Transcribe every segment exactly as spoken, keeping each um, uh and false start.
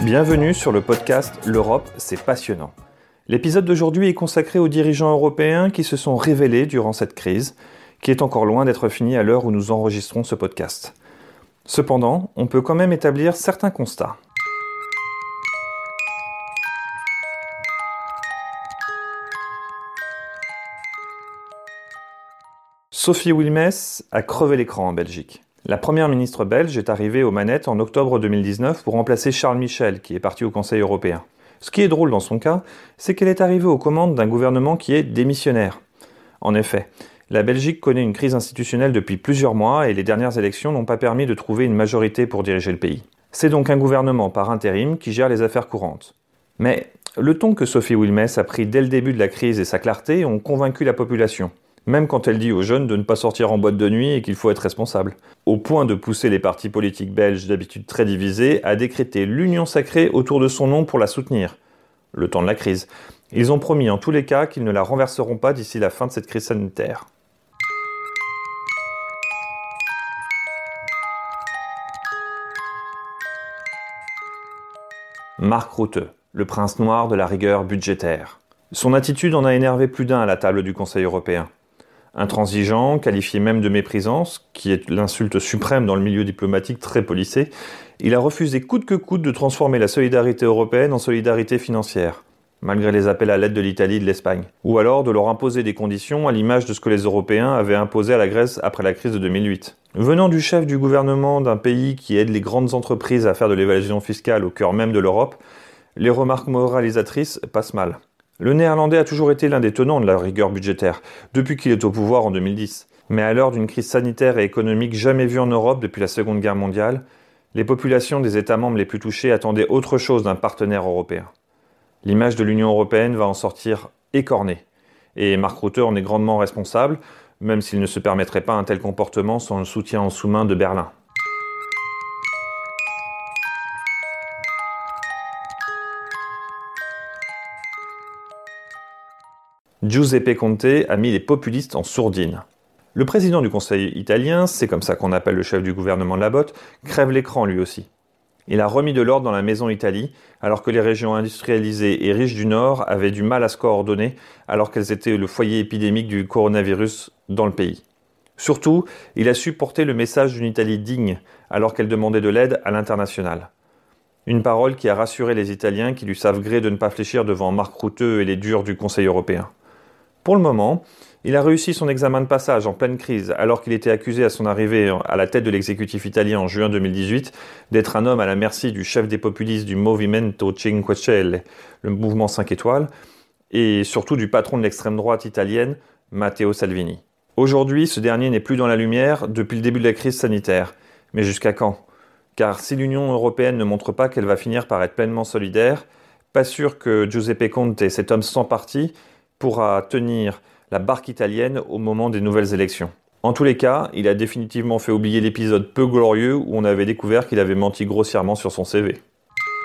Bienvenue sur le podcast L'Europe, c'est passionnant. L'épisode d'aujourd'hui est consacré aux dirigeants européens qui se sont révélés durant cette crise, qui est encore loin d'être finie à l'heure où nous enregistrons ce podcast. Cependant, on peut quand même établir certains constats. Sophie Wilmès a crevé l'écran en Belgique. La première ministre belge est arrivée aux manettes en octobre deux mille dix-neuf pour remplacer Charles Michel, qui est parti au Conseil européen. Ce qui est drôle dans son cas, c'est qu'elle est arrivée aux commandes d'un gouvernement qui est démissionnaire. En effet, la Belgique connaît une crise institutionnelle depuis plusieurs mois et les dernières élections n'ont pas permis de trouver une majorité pour diriger le pays. C'est donc un gouvernement par intérim qui gère les affaires courantes. Mais le ton que Sophie Wilmès a pris dès le début de la crise et sa clarté ont convaincu la population. Même quand elle dit aux jeunes de ne pas sortir en boîte de nuit et qu'il faut être responsable. Au point de pousser les partis politiques belges, d'habitude très divisés, à décréter l'union sacrée autour de son nom pour la soutenir. Le temps de la crise. Ils ont promis en tous les cas qu'ils ne la renverseront pas d'ici la fin de cette crise sanitaire. Mark Rutte, le prince noir de la rigueur budgétaire. Son attitude en a énervé plus d'un à la table du Conseil européen. Intransigeant, qualifié même de méprisant, ce qui est l'insulte suprême dans le milieu diplomatique très policé, il a refusé coûte que coûte de transformer la solidarité européenne en solidarité financière, malgré les appels à l'aide de l'Italie et de l'Espagne, ou alors de leur imposer des conditions à l'image de ce que les Européens avaient imposé à la Grèce après la crise de deux mille huit. Venant du chef du gouvernement d'un pays qui aide les grandes entreprises à faire de l'évasion fiscale au cœur même de l'Europe, les remarques moralisatrices passent mal. Le néerlandais a toujours été l'un des tenants de la rigueur budgétaire, depuis qu'il est au pouvoir en deux mille dix. Mais à l'heure d'une crise sanitaire et économique jamais vue en Europe depuis la Seconde Guerre mondiale, les populations des États membres les plus touchés attendaient autre chose d'un partenaire européen. L'image de l'Union européenne va en sortir écornée. Et Mark Rutte en est grandement responsable, même s'il ne se permettrait pas un tel comportement sans le soutien en sous-main de Berlin. Giuseppe Conte a mis les populistes en sourdine. Le président du Conseil italien, c'est comme ça qu'on appelle le chef du gouvernement de la botte, crève l'écran lui aussi. Il a remis de l'ordre dans la maison Italie, alors que les régions industrialisées et riches du Nord avaient du mal à se coordonner, alors qu'elles étaient le foyer épidémique du coronavirus dans le pays. Surtout, il a su porter le message d'une Italie digne, alors qu'elle demandait de l'aide à l'international. Une parole qui a rassuré les Italiens qui lui savent gré de ne pas fléchir devant Mark Rutte et les durs du Conseil européen. Pour le moment, il a réussi son examen de passage en pleine crise, alors qu'il était accusé à son arrivée à la tête de l'exécutif italien en juin deux mille dix-huit d'être un homme à la merci du chef des populistes du Movimento cinque Stelle, le mouvement cinq étoiles, et surtout du patron de l'extrême droite italienne, Matteo Salvini. Aujourd'hui, ce dernier n'est plus dans la lumière depuis le début de la crise sanitaire. Mais jusqu'à quand ? Car si l'Union européenne ne montre pas qu'elle va finir par être pleinement solidaire, pas sûr que Giuseppe Conte, cet homme sans parti, pourra tenir la barque italienne au moment des nouvelles élections. En tous les cas, il a définitivement fait oublier l'épisode peu glorieux où on avait découvert qu'il avait menti grossièrement sur son C V.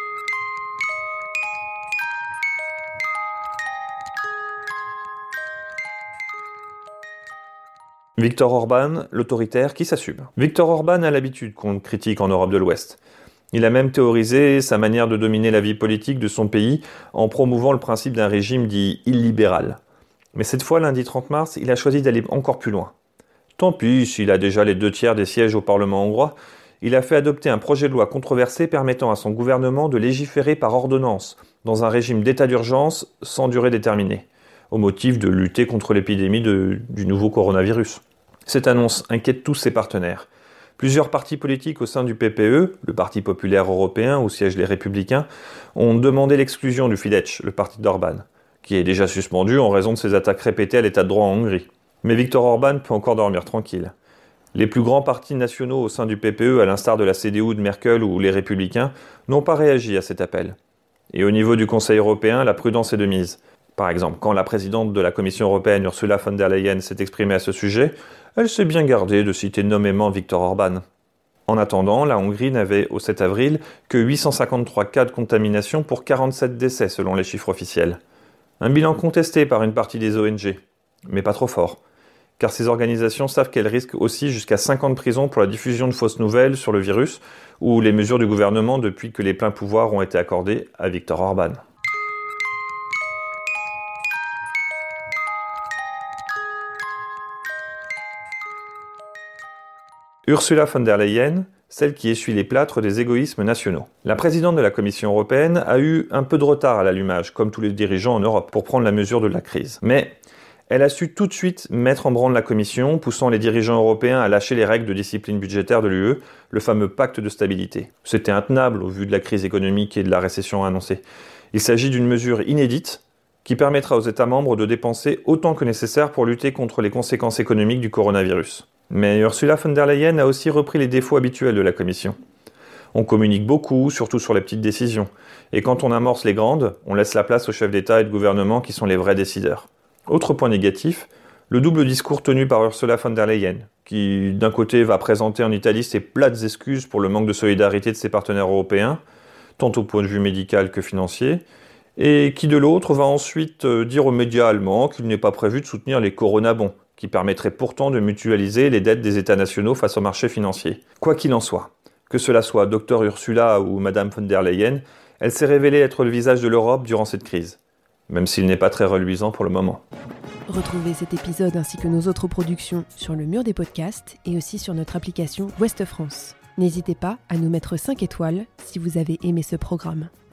Viktor Orban, l'autoritaire qui s'assume. Viktor Orban a l'habitude qu'on critique en Europe de l'Ouest. Il a même théorisé sa manière de dominer la vie politique de son pays en promouvant le principe d'un régime dit illibéral. Mais cette fois, lundi trente mars, il a choisi d'aller encore plus loin. Tant pis s'il a déjà les deux tiers des sièges au Parlement hongrois, il a fait adopter un projet de loi controversé permettant à son gouvernement de légiférer par ordonnance, dans un régime d'état d'urgence sans durée déterminée, au motif de lutter contre l'épidémie de, du nouveau coronavirus. Cette annonce inquiète tous ses partenaires. Plusieurs partis politiques au sein du P P E, le Parti populaire européen où siègent les Républicains, ont demandé l'exclusion du Fidesz, le parti d'Orban, qui est déjà suspendu en raison de ses attaques répétées à l'état de droit en Hongrie. Mais Viktor Orban peut encore dormir tranquille. Les plus grands partis nationaux au sein du P P E, à l'instar de la C D U de Merkel ou les Républicains, n'ont pas réagi à cet appel. Et au niveau du Conseil européen, la prudence est de mise. Par exemple, quand la présidente de la Commission européenne, Ursula von der Leyen, s'est exprimée à ce sujet, elle s'est bien gardée de citer nommément Viktor Orban. En attendant, la Hongrie n'avait au sept avril que huit cent cinquante-trois cas de contamination pour quarante-sept décès selon les chiffres officiels. Un bilan contesté par une partie des O N G, mais pas trop fort. car ces organisations savent qu'elles risquent aussi jusqu'à cinq ans de prison pour la diffusion de fausses nouvelles sur le virus ou les mesures du gouvernement depuis que les pleins pouvoirs ont été accordés à Viktor Orban. Ursula von der Leyen, celle qui essuie les plâtres des égoïsmes nationaux. La présidente de la Commission européenne a eu un peu de retard à l'allumage, comme tous les dirigeants en Europe, pour prendre la mesure de la crise. Mais elle a su tout de suite mettre en branle la Commission, poussant les dirigeants européens à lâcher les règles de discipline budgétaire de l'U E, le fameux pacte de stabilité. C'était intenable au vu de la crise économique et de la récession annoncée. Il s'agit d'une mesure inédite qui permettra aux États membres de dépenser autant que nécessaire pour lutter contre les conséquences économiques du coronavirus. Mais Ursula von der Leyen a aussi repris les défauts habituels de la Commission. On communique beaucoup, surtout sur les petites décisions. Et quand on amorce les grandes, on laisse la place aux chefs d'État et de gouvernement qui sont les vrais décideurs. Autre point négatif, le double discours tenu par Ursula von der Leyen, qui d'un côté va présenter en Italie ses plates excuses pour le manque de solidarité de ses partenaires européens, tant au point de vue médical que financier, et qui de l'autre va ensuite dire aux médias allemands qu'il n'est pas prévu de soutenir les coronabons, qui permettraient pourtant de mutualiser les dettes des États nationaux face au marché financier. Quoi qu'il en soit, que cela soit Docteur Ursula ou Madame von der Leyen, elle s'est révélée être le visage de l'Europe durant cette crise, même s'il n'est pas très reluisant pour le moment. Retrouvez cet épisode ainsi que nos autres productions sur le mur des podcasts et aussi sur notre application Ouest France. N'hésitez pas à nous mettre cinq étoiles si vous avez aimé ce programme.